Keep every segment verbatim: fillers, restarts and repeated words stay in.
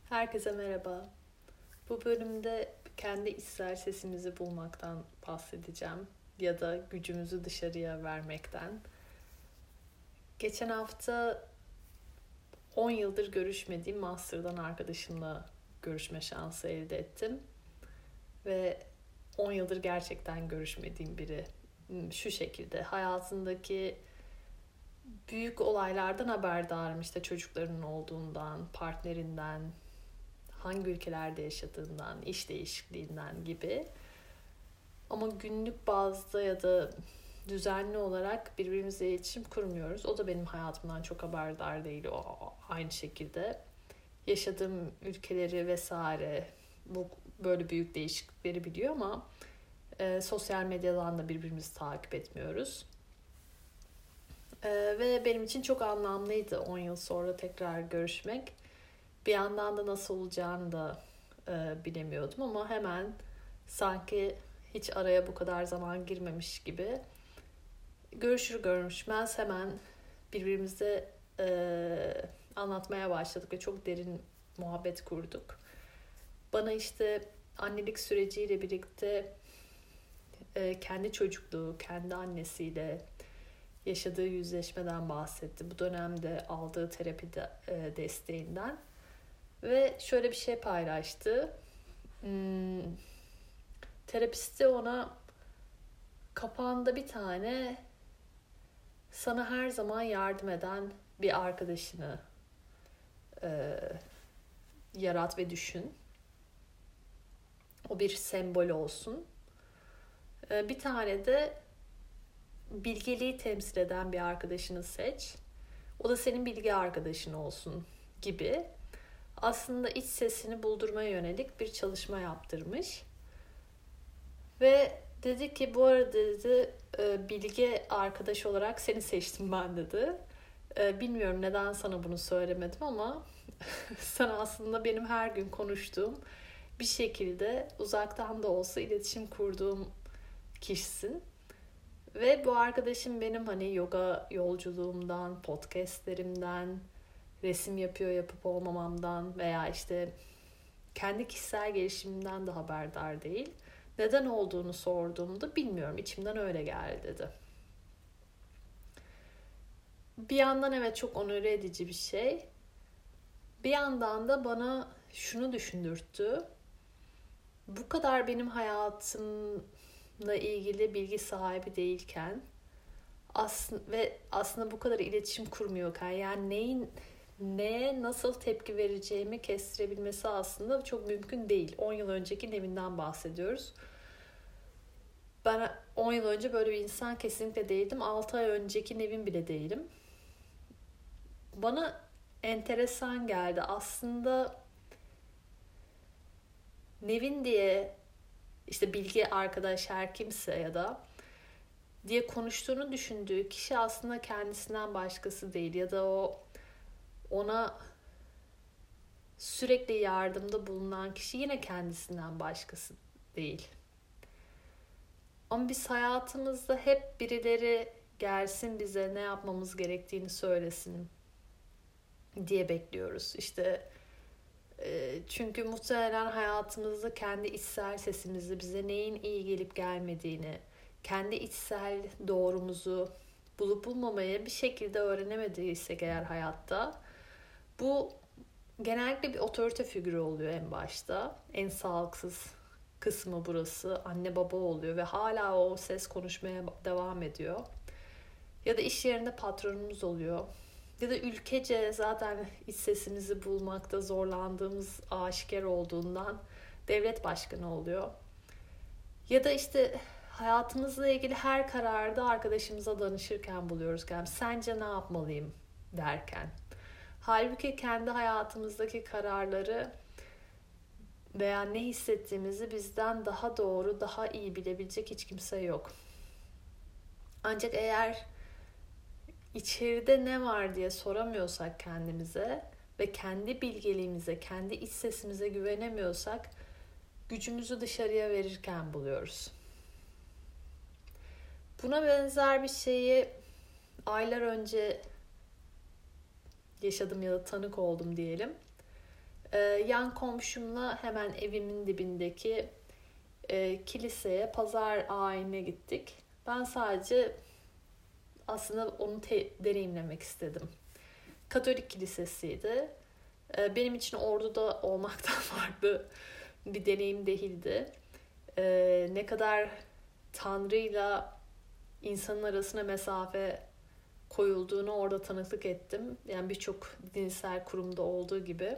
Herkese merhaba. Bu bölümde kendi içsel sesimizi bulmaktan bahsedeceğim ya da gücümüzü dışarıya vermekten. Geçen hafta on yıldır görüşmediğim master'dan arkadaşımla görüşme şansı elde ettim. Ve on yıldır gerçekten görüşmediğim biri. Şu şekilde hayatındaki büyük olaylardan haberdarım. İşte çocuklarının olduğundan, partnerinden, hangi ülkelerde yaşadığından, iş değişikliğinden gibi. Ama günlük bazda ya da düzenli olarak birbirimizle iletişim kurmuyoruz. O da benim hayatımdan çok haberdar değil o aynı şekilde. Yaşadığım ülkeleri vesaire bu böyle büyük değişiklikleri biliyor ama e, sosyal medyadan da birbirimizi takip etmiyoruz. E, ve benim için çok anlamlıydı on yıl sonra tekrar görüşmek. Bir yandan da nasıl olacağını da e, bilemiyordum ama hemen sanki hiç araya bu kadar zaman girmemiş gibi görüşür görüşmez hemen birbirimize e, anlatmaya başladık ve çok derin muhabbet kurduk. Bana işte annelik süreciyle birlikte e, kendi çocukluğu, kendi annesiyle yaşadığı yüzleşmeden bahsetti. Bu dönemde aldığı terapi de, e, desteğinden. Ve şöyle bir şey paylaştı. Hmm, terapisti ona kapağında bir tane sana her zaman yardım eden bir arkadaşını e, yarat ve düşün. O bir sembol olsun. E, bir tane de bilgeliği temsil eden bir arkadaşını seç. O da senin bilgi arkadaşın olsun gibi. Aslında iç sesini buldurmaya yönelik bir çalışma yaptırmış. Ve dedi ki bu arada dedi bilgi arkadaş olarak seni seçtim ben dedi. Bilmiyorum neden sana bunu söylemedim ama sana aslında benim her gün konuştuğum bir şekilde uzaktan da olsa iletişim kurduğum kişisin. Ve bu arkadaşım benim hani yoga yolculuğumdan, podcastlerimden, resim yapıyor yapıp olmamamdan veya işte kendi kişisel gelişimimden de haberdar değil. Neden olduğunu sorduğumda bilmiyorum, içimden öyle geldi dedi. Bir yandan evet çok onur edici bir şey. Bir yandan da bana şunu düşündürttü. Bu kadar benim hayatımla ilgili bilgi sahibi değilken aslında ve aslında bu kadar iletişim kurmuyorken yani neyin neye nasıl tepki vereceğimi kestirebilmesi aslında çok mümkün değil. on yıl önceki Nevin'den bahsediyoruz. Ben on yıl önce böyle bir insan kesinlikle değildim. altı ay önceki Nevin bile değilim. Bana enteresan geldi. Aslında Nevin diye işte bilgi arkadaş her kimse ya da diye konuştuğunu düşündüğü kişi aslında kendisinden başkası değil ya da o ona sürekli yardımda bulunan kişi yine kendisinden başkası değil. Ama biz hayatımızda hep birileri gelsin bize ne yapmamız gerektiğini söylesin diye bekliyoruz. İşte çünkü muhtemelen hayatımızda kendi içsel sesimizi, bize neyin iyi gelip gelmediğini, kendi içsel doğrumuzu bulup bulmamayı bir şekilde öğrenemediysek eğer hayatta, bu genellikle bir otorite figürü oluyor en başta. En sağlıksız kısmı burası. Anne baba oluyor ve hala o ses konuşmaya devam ediyor. Ya da iş yerinde patronumuz oluyor. Ya da ülkece zaten iç sesimizi bulmakta zorlandığımız aşikar olduğundan devlet başkanı oluyor. Ya da işte hayatımızla ilgili her kararda arkadaşımıza danışırken buluyoruz kendimizi. Sence ne yapmalıyım derken. Halbuki kendi hayatımızdaki kararları veya ne hissettiğimizi bizden daha doğru, daha iyi bilebilecek hiç kimse yok. Ancak eğer içeride ne var diye soramıyorsak kendimize ve kendi bilgeliğimize, kendi iç sesimize güvenemiyorsak gücümüzü dışarıya verirken buluyoruz. Buna benzer bir şeyi aylar önce yaşadım ya da tanık oldum diyelim. Ee, yan komşumla hemen evimin dibindeki e, kiliseye pazar ayine gittik. Ben sadece aslında onu te- deneyimlemek istedim. Katolik kilisesiydi. Ee, benim için orduda olmaktan farklı bir deneyim değildi. Ee, ne kadar Tanrı'yla insanın arasına mesafe koyulduğunu orada tanıklık ettim. Yani birçok dinsel kurumda olduğu gibi.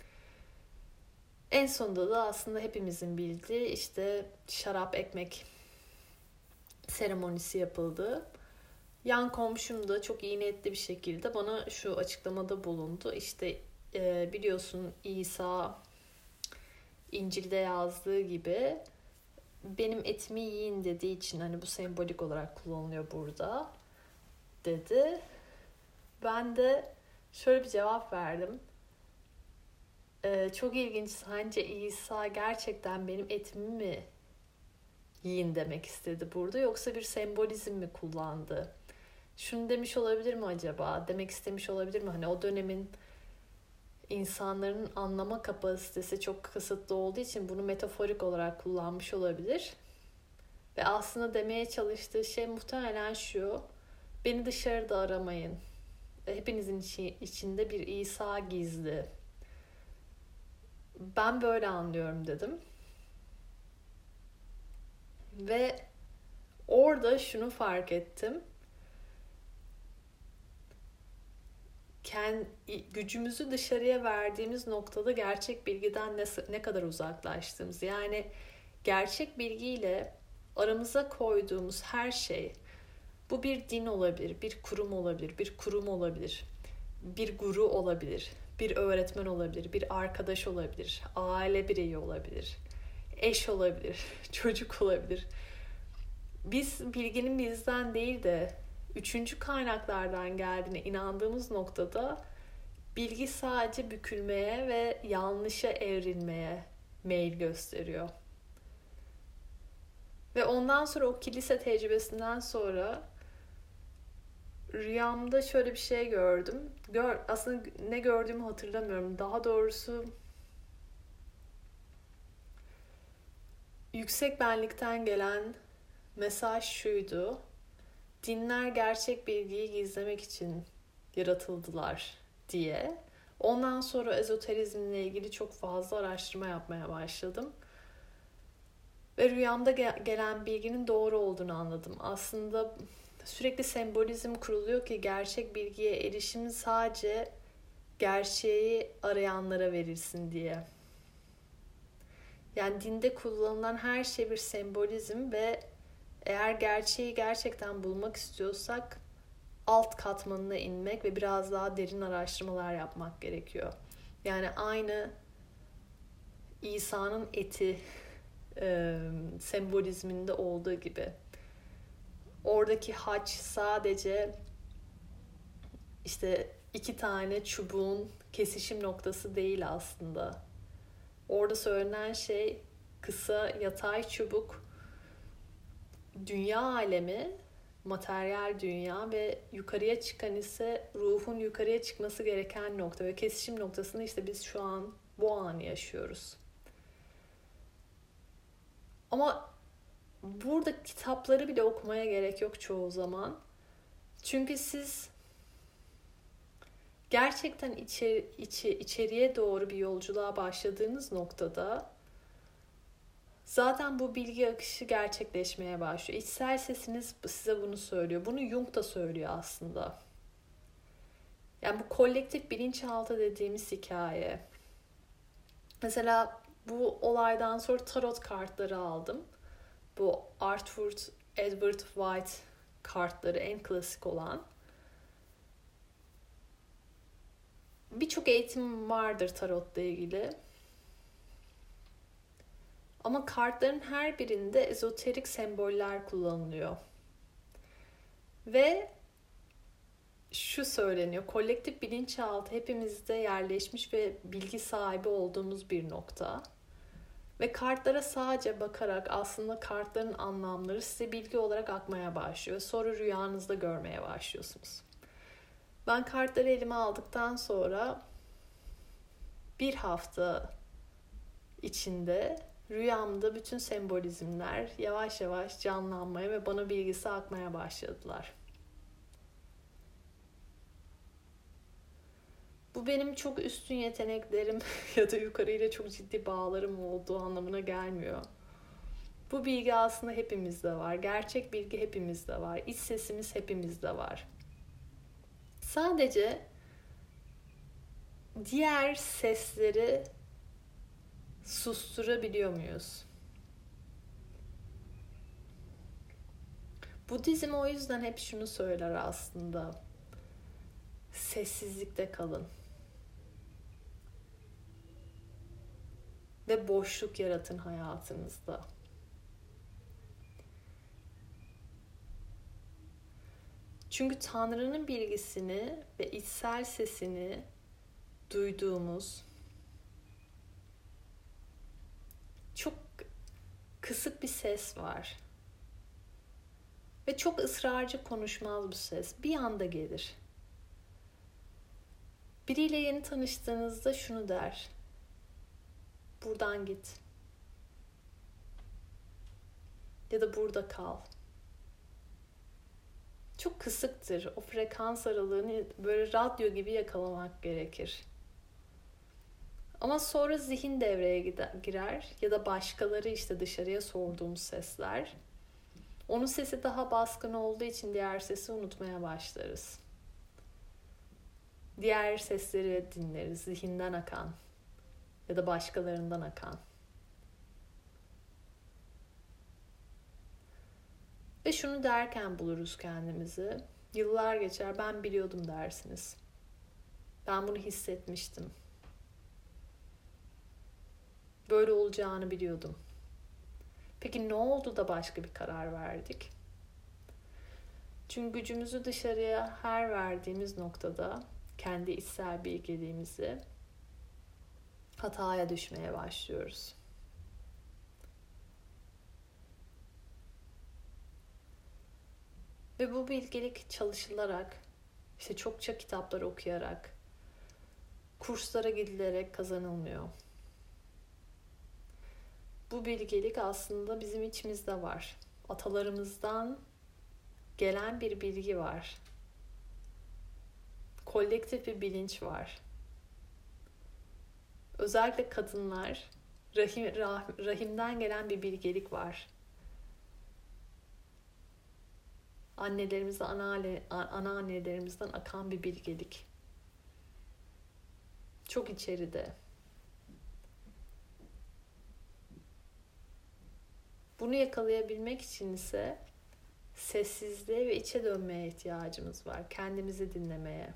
En sonunda da aslında hepimizin bildiği işte şarap ekmek seremonisi yapıldı. Yan komşum da çok iyi niyetli bir şekilde bana şu açıklamada bulundu. İşte e, biliyorsun İsa İncil'de yazdığı gibi benim etimi yiyin dediği için hani bu sembolik olarak kullanılıyor burada dedi. Ben de şöyle bir cevap verdim. Ee, çok ilginç. Sence İsa gerçekten benim etimi mi yiyin demek istedi burada yoksa bir sembolizm mi kullandı? Şunu demiş olabilir mi acaba? Demek istemiş olabilir mi? Hani o dönemin insanların anlama kapasitesi çok kısıtlı olduğu için bunu metaforik olarak kullanmış olabilir. Ve aslında demeye çalıştığı şey muhtemelen şu: beni dışarıda aramayın. Hepinizin içinde bir İsa gizli. Ben böyle anlıyorum dedim. Ve orada şunu fark ettim. Kendi, gücümüzü dışarıya verdiğimiz noktada gerçek bilgiden ne, ne kadar uzaklaştığımız. Yani gerçek bilgiyle aramıza koyduğumuz her şey, bu bir din olabilir, bir kurum olabilir, bir kurum olabilir, bir guru olabilir, bir öğretmen olabilir, bir arkadaş olabilir, aile bireyi olabilir, eş olabilir, çocuk olabilir. Biz bilginin bizden değil de üçüncü kaynaklardan geldiğine inandığımız noktada bilgi sadece bükülmeye ve yanlışa evrilmeye meyil gösteriyor. Ve ondan sonra o kilise tecrübesinden sonra rüyamda şöyle bir şey gördüm. Gör, aslında ne gördüğümü hatırlamıyorum. Daha doğrusu yüksek benlikten gelen mesaj şuydu: dinler gerçek bilgiyi gizlemek için yaratıldılar diye. Ondan sonra ezoterizmle ilgili çok fazla araştırma yapmaya başladım. Ve rüyamda gelen bilginin doğru olduğunu anladım. Aslında sürekli sembolizm kuruluyor ki gerçek bilgiye erişim sadece gerçeği arayanlara verilsin diye. Yani dinde kullanılan her şey bir sembolizm ve eğer gerçeği gerçekten bulmak istiyorsak alt katmanına inmek ve biraz daha derin araştırmalar yapmak gerekiyor. Yani aynı İsa'nın eti e, sembolizminde olduğu gibi. Oradaki haç sadece işte iki tane çubuğun kesişim noktası değil aslında. Orada söylenen şey kısa yatay çubuk, dünya alemi, materyal dünya ve yukarıya çıkan ise ruhun yukarıya çıkması gereken nokta ve kesişim noktasını işte biz şu an bu anı yaşıyoruz. Ama burada kitapları bile okumaya gerek yok çoğu zaman. Çünkü siz gerçekten içeri, içi, içeriye doğru bir yolculuğa başladığınız noktada zaten bu bilgi akışı gerçekleşmeye başlıyor. İçsel sesiniz size bunu söylüyor. Bunu Jung da söylüyor aslında. Yani bu kolektif bilinçaltı dediğimiz hikaye. Mesela bu olaydan sonra tarot kartları aldım. Bu Arthur Edward White kartları en klasik olan. Birçok eğitim vardır tarotla ilgili. Ama kartların her birinde ezoterik semboller kullanılıyor. Ve şu söyleniyor: kolektif bilinçaltı hepimizde yerleşmiş ve bilgi sahibi olduğumuz bir nokta. Ve kartlara sadece bakarak aslında kartların anlamları size bilgi olarak akmaya başlıyor. Sonra rüyanızda görmeye başlıyorsunuz. Ben kartları elime aldıktan sonra Bir hafta içinde rüyamda bütün sembolizmler yavaş yavaş canlanmaya ve bana bilgisi akmaya başladılar. Bu benim çok üstün yeteneklerim ya da yukarıyla çok ciddi bağlarım olduğu anlamına gelmiyor. Bu bilgi aslında hepimizde var. Gerçek bilgi hepimizde var. İç sesimiz hepimizde var. Sadece diğer sesleri susturabiliyor muyuz? Budizm o yüzden hep şunu söyler aslında. Sessizlikte kalın. Ve boşluk yaratın hayatınızda. Çünkü Tanrı'nın bilgisini ve içsel sesini duyduğumuz çok kısık bir ses var. Ve çok ısrarcı konuşmaz bu ses. Bir anda gelir. Biriyle yeni tanıştığınızda şunu der. Buradan git. Ya da burada kal. Çok kısıktır. O frekans aralığını böyle radyo gibi yakalamak gerekir. Ama sonra zihin devreye girer ya da başkaları işte dışarıya sorduğumuz sesler. Onun sesi daha baskın olduğu için diğer sesi unutmaya başlarız. Diğer sesleri dinleriz, zihinden akan ya da başkalarından akan. Ve şunu derken buluruz kendimizi. Yıllar geçer, ben biliyordum dersiniz. Ben bunu hissetmiştim. Böyle olacağını biliyordum. Peki ne oldu da başka bir karar verdik? Çünkü gücümüzü dışarıya her verdiğimiz noktada kendi içsel bilgeliğimizi hataya düşmeye başlıyoruz. Ve bu bilgelik çalışılarak, işte çokça kitaplar okuyarak, kurslara gidilerek kazanılmıyor. Bu bilgelik aslında bizim içimizde var. Atalarımızdan gelen bir bilgi var. Kolektif bir bilinç var. Özellikle kadınlar, rahim, rah, rahimden gelen bir bilgelik var. Annelerimizden, ana, anneannelerimizden akan bir bilgelik. Çok içeride. Bunu yakalayabilmek için ise sessizliğe ve içe dönmeye ihtiyacımız var. Kendimizi dinlemeye.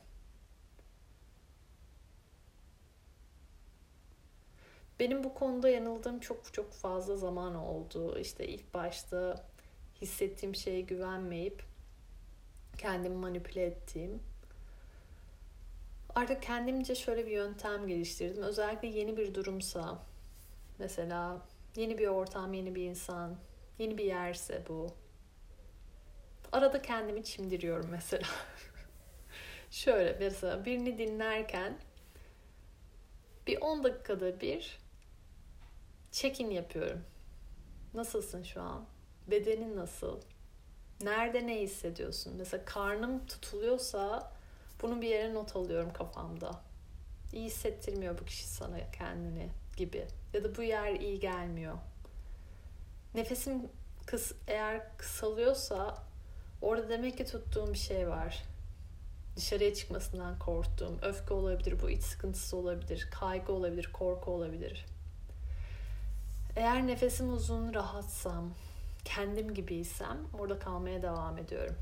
Benim bu konuda yanıldığım çok çok fazla zaman oldu. İşte ilk başta hissettiğim şeye güvenmeyip kendimi manipüle ettiğim. Artık kendimce şöyle bir yöntem geliştirdim. Özellikle yeni bir durumsa, mesela yeni bir ortam, yeni bir insan, yeni bir yerse bu. Arada kendimi çimdiriyorum mesela. Şöyle mesela birini dinlerken bir on dakikada bir check-in yapıyorum. Nasılsın şu an? Bedenin nasıl? Nerede ne hissediyorsun? Mesela karnım tutuluyorsa bunu bir yere not alıyorum kafamda. İyi hissettirmiyor bu kişi sana kendini gibi. Ya da bu yer iyi gelmiyor. Nefesim kıs, eğer kısalıyorsa orada demek ki tuttuğum bir şey var. Dışarıya çıkmasından korktuğum, öfke olabilir, bu iç sıkıntısı olabilir, kaygı olabilir, korku olabilir. Eğer nefesim uzun, rahatsam, kendim gibiysem orada kalmaya devam ediyorum.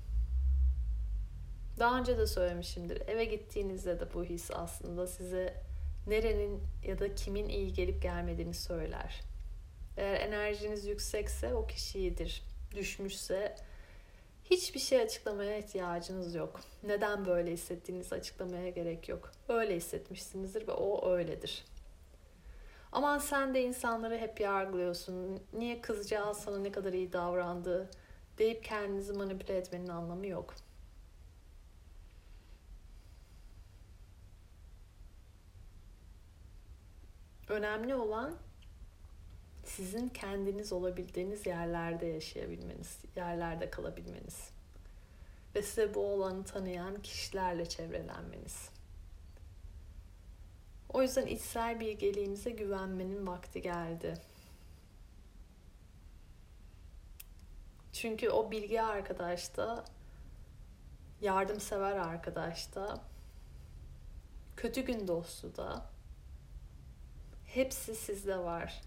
Daha önce de söylemişimdir. Eve gittiğinizde de bu his aslında size nerenin ya da kimin iyi gelip gelmediğini söyler. Eğer enerjiniz yüksekse o kişi iyidir. Düşmüşse hiçbir şey açıklamaya ihtiyacınız yok. Neden böyle hissettiğinizi açıklamaya gerek yok. Öyle hissetmişsinizdir ve o öyledir. Aman sen de insanları hep yargılıyorsun. Niye kızcağız sana ne kadar iyi davrandı deyip kendinizi manipüle etmenin anlamı yok. Önemli olan sizin kendiniz olabildiğiniz yerlerde yaşayabilmeniz, yerlerde kalabilmeniz. Ve size bu alanı tanıyan kişilerle çevrelenmeniz. O yüzden içsel bilgeliğinize güvenmenin vakti geldi. Çünkü o bilgi arkadaş da, yardımsever arkadaş da, kötü gün dostu da, hepsi sizde var.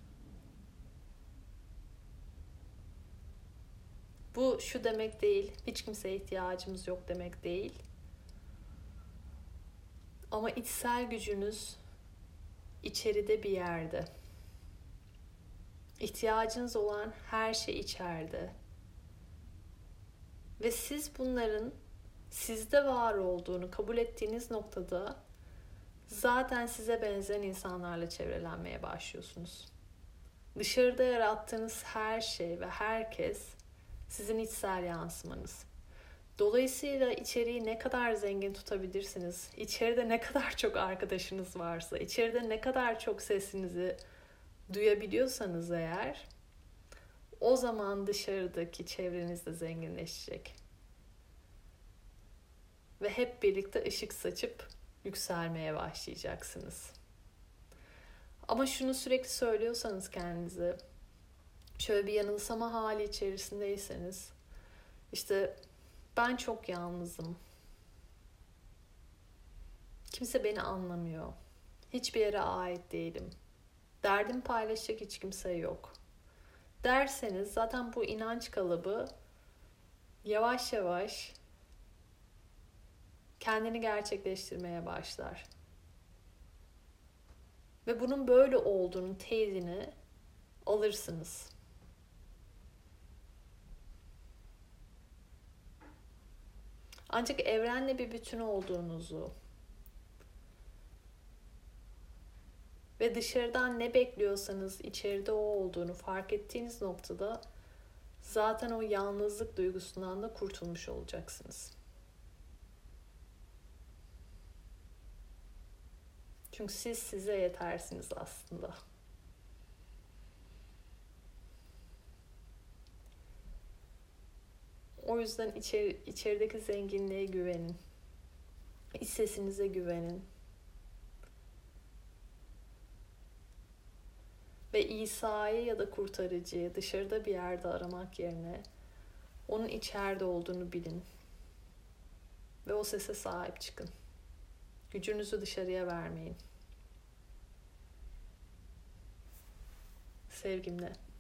Bu şu demek değil, hiç kimseye ihtiyacımız yok demek değil. Ama içsel gücünüz içeride bir yerde. İhtiyacınız olan her şey içeride. Ve siz bunların sizde var olduğunu kabul ettiğiniz noktada zaten size benzeyen insanlarla çevrelenmeye başlıyorsunuz. Dışarıda yarattığınız her şey ve herkes sizin içsel yansımanız. Dolayısıyla içeriği ne kadar zengin tutabilirsiniz, içeride ne kadar çok arkadaşınız varsa, içeride ne kadar çok sesinizi duyabiliyorsanız eğer, o zaman dışarıdaki çevreniz de zenginleşecek. Ve hep birlikte ışık saçıp yükselmeye başlayacaksınız. Ama şunu sürekli söylüyorsanız kendinize, şöyle bir yanılsama hali içerisindeyseniz, işte ben çok yalnızım, kimse beni anlamıyor, hiçbir yere ait değilim, derdim paylaşacak hiç kimse yok derseniz, zaten bu inanç kalıbı yavaş yavaş kendini gerçekleştirmeye başlar. Ve bunun böyle olduğunu teyidini alırsınız. Ancak evrenle bir bütün olduğunuzu ve dışarıdan ne bekliyorsanız içeride o olduğunu fark ettiğiniz noktada zaten o yalnızlık duygusundan da kurtulmuş olacaksınız. Çünkü siz size yetersiniz aslında. O yüzden içeri, içerideki zenginliğe güvenin. İç sesinize güvenin. Ve İsa'yı ya da kurtarıcıyı dışarıda bir yerde aramak yerine onun içeride olduğunu bilin. Ve o sese sahip çıkın. Gücünüzü dışarıya vermeyin. Sevgimle.